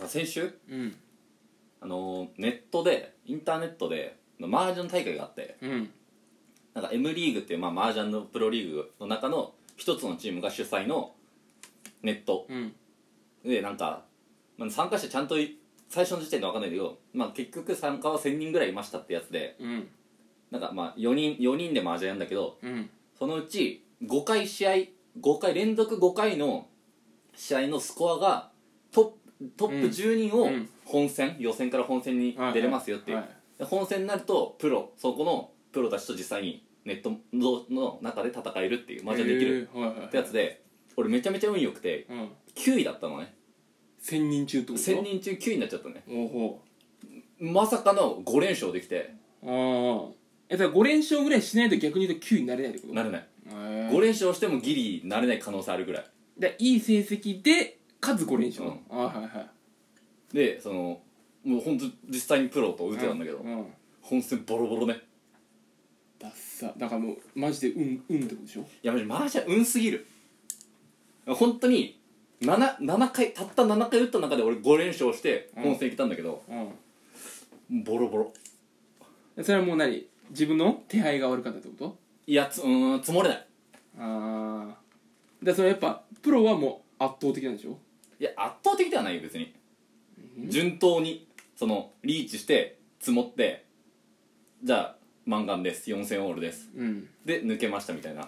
か先週うん。 ネットでインターネットで麻雀大会があって、 うん。 なんか M リーグっていう麻雀のプロリーグの中の一つのチームが主催のネット、 うん。 でなんか、参加者ちゃんと最初の時点で分かんないけど、結局参加は1000人ぐらいいましたってやつで、 うん。 なんか4人で麻雀やるんだけど、 うん。 そのうち5回連続5回の試合のスコアがトップ10人を本戦、予選から本戦に出れますよっていう、 はいはいで本戦になるとそこのプロたちと実際にネットの中で戦えるっていう麻雀できるってやつで、俺めちゃめちゃ運良くてうん。 9位だったのね。 1000人中ってこと 1000人中9位になっちゃったね。 おほまさかの5連勝できて。 う。ああ。だから5連勝ぐらいしないと逆に言うと9位になれないってことなれない。 5 5連勝してもギリなれない可能性あるぐらいでいい成績でかつ5連勝、 うんああはいはいで、もう本当実際にプロと打てたんだけど、 うん、 本戦ボロボロね。 だっさだからもうマジで運ってことでしょ。 いやマジマージャン運すぎる。本当に7回たった7回打った中で俺5連勝して本戦来たんだけど、ボロボロ。 それはもう何自分の手配が悪かったってこと。 いや積もれない。 ああでそれやっぱプロはもう圧倒的なんでしょ。 いや圧倒的ではないよ別に、順当にリーチして積もって、じゃあマンガンです4000オールです、で抜けましたみたいな。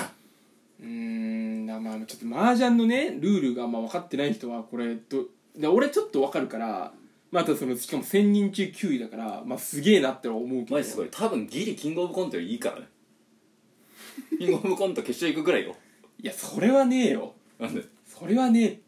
まあちょっと麻雀のねルールが分かってない人はこれで俺ちょっと分かるから、またしかも1000人中9位だからすげえなって思うけど、 マジすごい。多分ギリキングオブコントよりいいからね。キングオブコント決勝行くぐらいよ。 いやそれはねえよ。 なんでそれはねえって。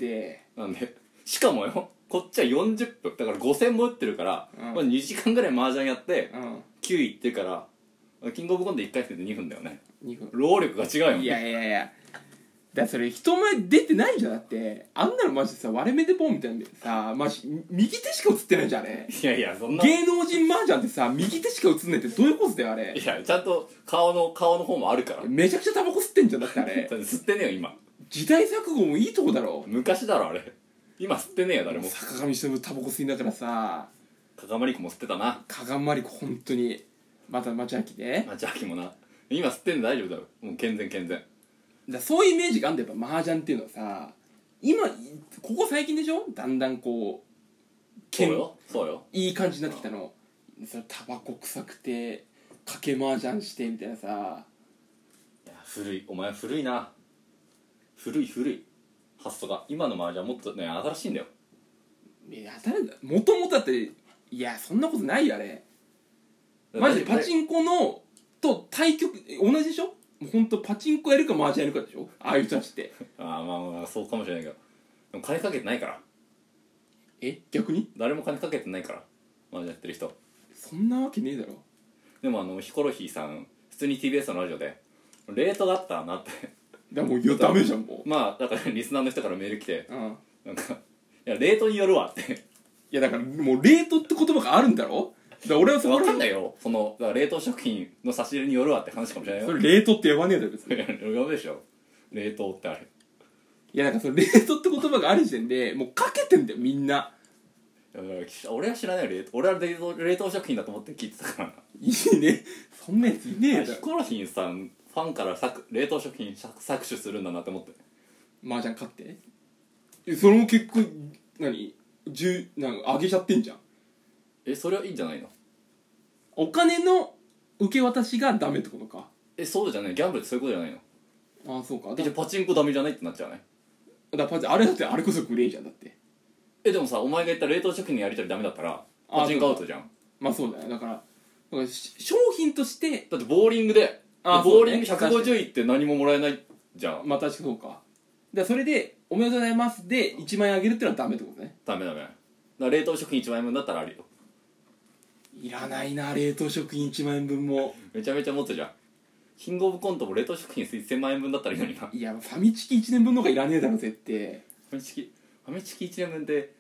なんでしかもよ、こっちは40分だから5000も打ってるから、2時間ぐらい麻雀やって、9位いってるからキングオブコント1回戦で2分だよね。 2分労力が違うよね。 いやだからそれ人前出てないじゃん。だってあんなのマジでさ割れ目でポンみたいなんでさ、マジ右手しか映ってないじゃんあれ。 いやそんな芸能人麻雀ってさ右手しか映んないってどういうことだよあれ。 いやちゃんと顔の方もあるから。 めちゃくちゃタバコ吸ってんじゃんだってあれ。 吸ってねえよ今。 時代錯誤もいいとこだろ。 昔だろあれ。今吸ってねえよ誰も。 坂上忍タバコ吸いながらさ、 加賀まりこも吸ってたな。 加賀まりこ本当にまた町秋で町秋もな。今吸ってんの大丈夫だろ。もう健全だそういうイメージがあるんだよやっぱ麻雀っていうのはさ。今ここ最近でしょだんだんこうそうよいい感じになってきたの。それタバコ臭くて賭け麻雀してみたいなさ。 いや古い。お前古いな。古い発想が。今の麻雀はもっとね新しいんだよ。 いやもともとだっていやそんなことないよあれ。マジでパチンコのと対局同じでしょ。もうほんとパチンコやるか麻雀やるかでしょああいう人たちって。 まあそうかもしれないけど、でも金かけてないから。 逆に誰も金かけてないから麻雀やってる人。 そんなわけねえだろ。 でもヒコロヒーさん普通に TBS のラジオでレートがあったなってだもうダメじゃんもう。 だからリスナーの人からメール来て、 うん、 なんかいやレートによるわっていやだからもうレートって言葉があるんだろ。だから俺は分かんないよ。だから冷凍食品の差し入れによるわって話かもしれないよ。 それ冷凍って呼ばねえだろ別に。 呼ぶでしょ冷凍ってあれ。 いやなんかその冷凍って言葉がある時点でもうかけてんだよみんな。 俺は知らないよ。俺は冷凍食品だと思って聞いてたから。 いいねそんなやついねえだろ。 ヒコロヒーさんファンから冷凍食品搾取するんだなって思って。 麻雀勝ってそれも結構なんか上げちゃってんじゃん。 それはいいんじゃないの。 お金の受け渡しがダメってことか。 そうじゃない。ギャンブルってそういうことじゃないの。 ああそうか。 じゃあパチンコダメじゃないってなっちゃうね。 あれだってあれこそグレーじゃんだって。 でもさお前が言った冷凍食品のやり取りダメだったらパチンコアウトじゃん。 まあそうだよ。だから商品としてだってボーリングでボーリング150いって何ももらえないじゃん。 まあ確かそうか。それでおめでとうございますで1万円あげるってのはダメってことね。 ダメだから冷凍食品1万円分だったらあるよ。 いらないな冷凍食品1万円分も。 めちゃめちゃ持つじゃん。キングオブコントも冷凍食品1000万円分だったらいいのにな。 いやファミチキ1年分の方がいらねえだろ絶対。 ファミチキ1年分で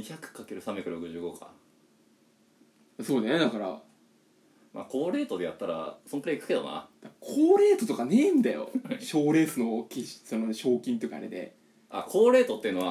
200×365 か。 そうだよね。だから高レートでやったらそんくらいいくけどな。 高レートとかねえんだよ賞レースのその賞金とかあれで。 高レートっていうのは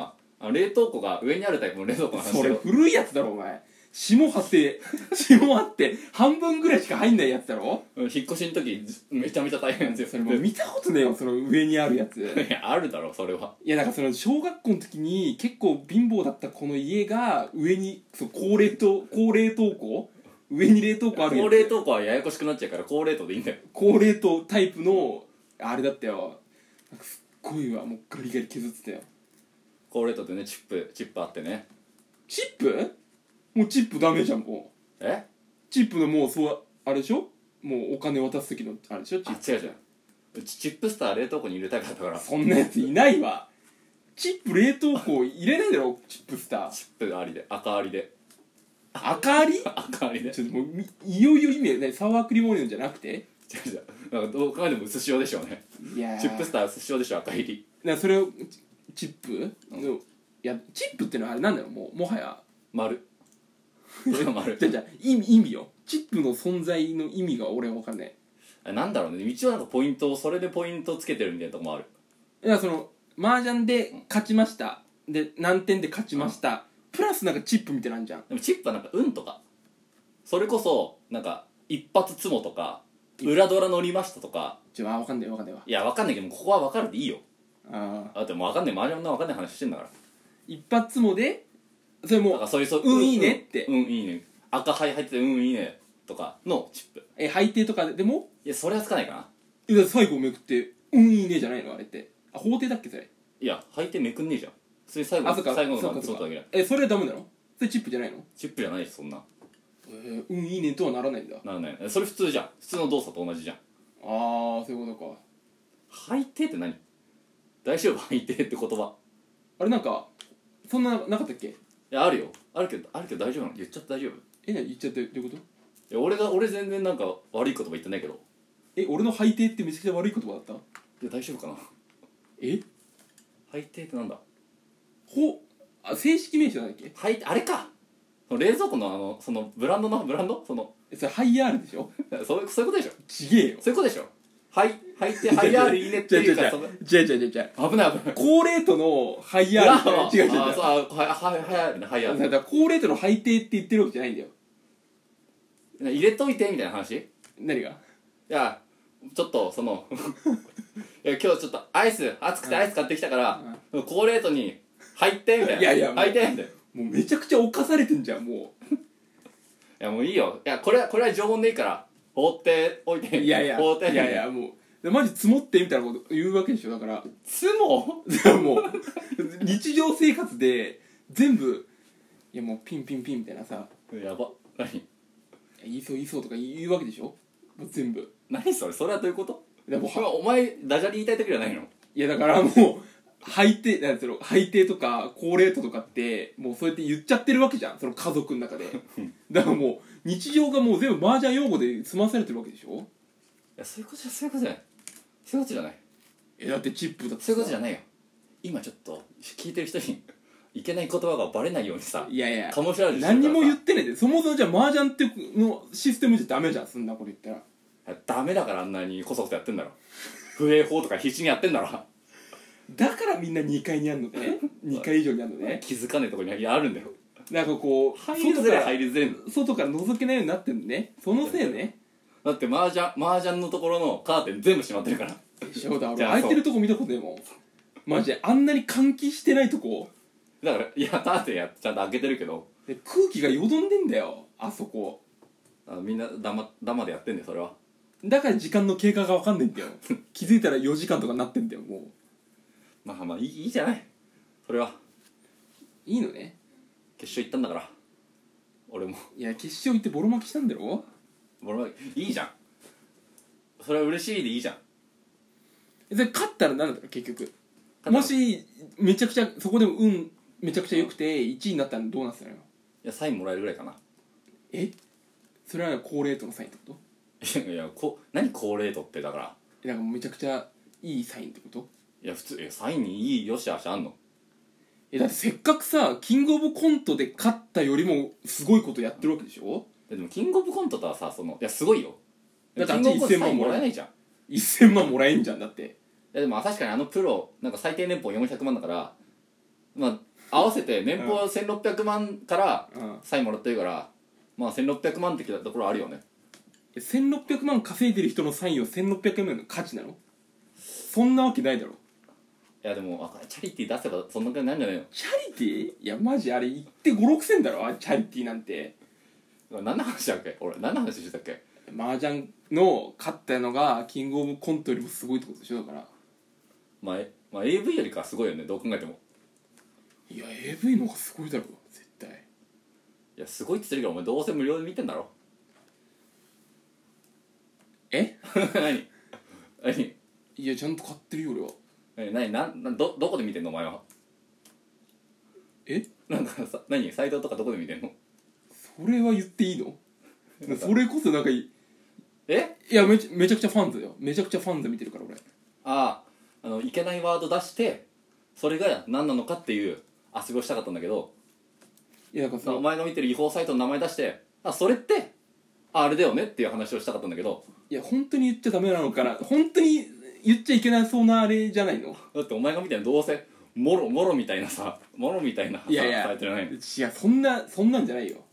冷凍庫が上にあるタイプの冷蔵庫の話それよ。 古いやつだろお前。霜張って半分ぐらいしか入んないやつだろ。 引っ越しの時めちゃめちゃ大変なんですよ。 それもう見たことねえよ、その上にあるやつ。 いやあるだろそれは。 いやだからその小学校の時に結構貧乏だったこの家が上に高冷凍庫上に冷凍庫あるやつ。 高冷凍庫はややこしくなっちゃうから高冷凍でいいんだよ。 高冷凍タイプのあれだったよ。なんかすっごいわ、もうガリガリ削ってたよ。 高冷凍ってね、チップあってね。 チップ？もうチップダメじゃん。もうチップのもうあれでしょ、もうお金渡す時のあれでしょ。 違う違う、うちチップスター冷凍庫に入れたかったから。 そんなやついないわ。チップ冷凍庫入れないだろ、チップスター。 チップありで、赤ありで。 赤あり？ 赤ありで。 ちょっともういよいよ意味ね、サワークリームオニオンじゃなくて。 違うなんかどう考えても薄塩でしょうね。 いやチップスター薄塩でしょ、赤入り。 それをチップの、いやチップってのはあれなんだよ、もはや丸。これが丸。 じゃ意味よ。チップの存在の意味が俺は分かんない。 なんだろうね、一応なんかポイントをそれでポイントをつけてるみたいなとこもある。 いやその麻雀で勝ちました、で何点で勝ちました、プラスなんかチップみたいなんじゃん。 でもチップはなんか運とか、それこそなんか一発ツモとか裏ドラ乗りましたとか。 分かんないわ。 いや分かんないけどここは分かるでいいよ。 あだってもう分かんない、麻雀の分かんない話してんだから。 一発もでそれもうなんかそういう運いいねって、 運いいね、赤牌入ってて運いいねとかのチップ。 配定とかでもいやそれはつかないかな。 だって最後めくって運いいねじゃないのあれって。法定だっけそれ。 いや配点めくんねえじゃん。それ最後そっか最後のそっかそうだけだ。 それはダメなの？それチップじゃないの？ チップじゃないしそんな。 運いいねとはならないんだ。 ならない。それ普通じゃん。普通の動作と同じじゃん。 ああそういうことか。 配定って何？大丈夫配定って言葉。 あれなんかそんななかったっけ？ いやあるよ。あるけど大丈夫なの？言っちゃって大丈夫？ 何言っちゃってどういうこと？ いや俺全然なんか悪い言葉言ってないけど。 俺の配定ってめちゃくちゃ悪い言葉だった？ いや大丈夫かな。配定ってなんだ？ 正式名称なんだっけ？ あれか。その冷蔵庫のそのブランドそのそれハイアールでしょ？ そういうことでしょ。 ちげえよ。 そういうことでしょ。配定ハイアールいいねっていうか。 違う危ない。 高レートのハイアール。違うハイアールね、ハイアール。 だから高レートの配定って言ってるわけじゃないんだよ。 入れといてみたいな話？ 何が？ いやちょっといや今日ちょっと熱くてアイス買ってきたから高レートに入ってみたいな。 いや入ってみたいな。 もうめちゃくちゃ侵されてんじゃんもいやもういいよ。いやこれは常温でいいから放っておいて。 う。いやもうマジ積もってみたいなこと言うわけでしょ。だからつももう日常生活で全部いやもうピンみたいなさ、 やば。何言いそうとか言うわけでしょ。もう全部。 何それはどういうこと？ もうお前ダジャレ言いたい時じゃないの？ いやだからもう配定とか高レートとかってもうそうやって言っちゃってるわけじゃん、その家族の中で。だからもう日常がもう全部麻雀用語で済まされてるわけでしょ。 いやそういうことじゃない。 だってチップだってそういうことじゃないよ。今ちょっと聞いてる人にいけない言葉がバレないようにさ、 いやカモフラージュしてるからさ。 何も言ってないで。そもそもじゃあ麻雀ってのシステムじゃダメじゃん、そんなこと言ったら。 ダメだからあんなにこそこそやってんだろ。不衛法とか必死にやってんだろ。 だからみんな2階にあんのね。2階以上にあんのね。 気づかねえとこにあるんだよ。 なんかこう入りづらい外から覗けないようになってんのね。そのせいね。 だって麻雀のところのカーテン全部閉まってるから。 そうだ、俺開いてるとこ見たことねえもん。マジであんなに換気してないとこだからいやカーテンちゃんと開けてるけどで空気がよどんでんだよあそこ。 みんなダマでやってんだよそれは。 だから時間の経過が分かんないんだよ。気づいたら4時間とかなってんだよもう。 まあいいじゃない。それはいいのね。 決勝行ったんだから俺も。 いや決勝行ってボロ負けしたんだろ。 いいじゃん。それは嬉しいでいいじゃん。 それ勝ったら何だったの結局。もしめちゃくちゃそこでもめちゃくちゃ良くて1位になったらどうなってたのよ。 いやサインもらえるぐらいかな。 それは高レートのサインってこと？ いや何高レートって。だからなんかめちゃくちゃいいサインってこと？ いや普通サインにいいよしあしあんの？ だってせっかくさキングオブコントで勝ったよりもすごいことやってるわけでしょ。 でもキングオブコントとはさいやすごいよ。 だってキングオブコント 1000万もらえないじゃん。 1000万もらえんじゃんだって。 いやでも確かにプロなんか最低年俸400万だから、ま合わせて年俸1600万からうんサインもらってるから、まあ1600万ってきたところあるよね。 1600万稼いでる人のサインは1600万の価値なの？そんなわけないだろ。 いやでもチャリティー出せばそんなくらいなんじゃないの。 チャリティー？いやマジあれ言って5、6千だろ、チャリティーなんて。 何の話だっけ、俺何の話してたっけ。 麻雀の勝ったのがキングオブコントよりもすごいってことでしょ。だからまあ AV よりかはすごいよね、どう考えても。 いや AV の方がすごいだろ絶対。 いやすごいって言ってるけど、お前どうせ無料で見てんだろ。 え何何いやちゃんと買ってるよ俺は。 どこで見てんのお前は。 えなんかさ、何サイトとかどこで見てんの。 それは言っていいの？それこそなんかいやめちゃくちゃファンズだよ。めちゃくちゃファンズ見てるから俺。 いけないワード出してそれが何なのかっていう遊びをしたかったんだけど、 いやだからお前が見てる違法サイトの名前出して、それってあれだよねっていう話をしたかったんだけど。 いや本当に言っちゃダメなのかな、本当に言っちゃいけないそうなあれじゃないの？ だってお前が見てるのどうせもろみたいなさ、もろみたいなさいやいやサイトじゃないの。 いやそんなんじゃないよ。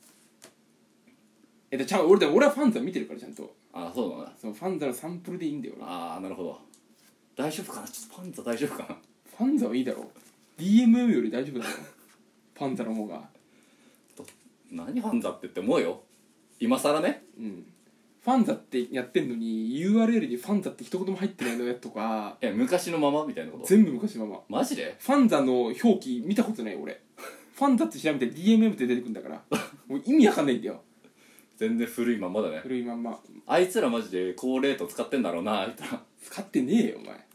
俺はファンザ見てるからちゃんと。 そうだな。 そのファンザのサンプルでいいんだよ俺。 なるほど。大丈夫かな、ちょっとパンツァ大丈夫かな。 ファンザはいいだろ。 DMM より大丈夫だよファンザの方が。 何ファンザってって思うよ今更ね。 ファンザってやってんのに URL にファンザって一言も入ってないのやつとか。 昔のままみたいなこと。 全部昔のまま。 マジで。 ファンザの表記見たことない俺。ファンザって調べて DMM って出てくるんだからもう意味わかんないんだよ。 全然古いまんまだね。 古いまんま。 あいつらマジで高レート使ってんだろうな、あいつら。 使ってねえよお前。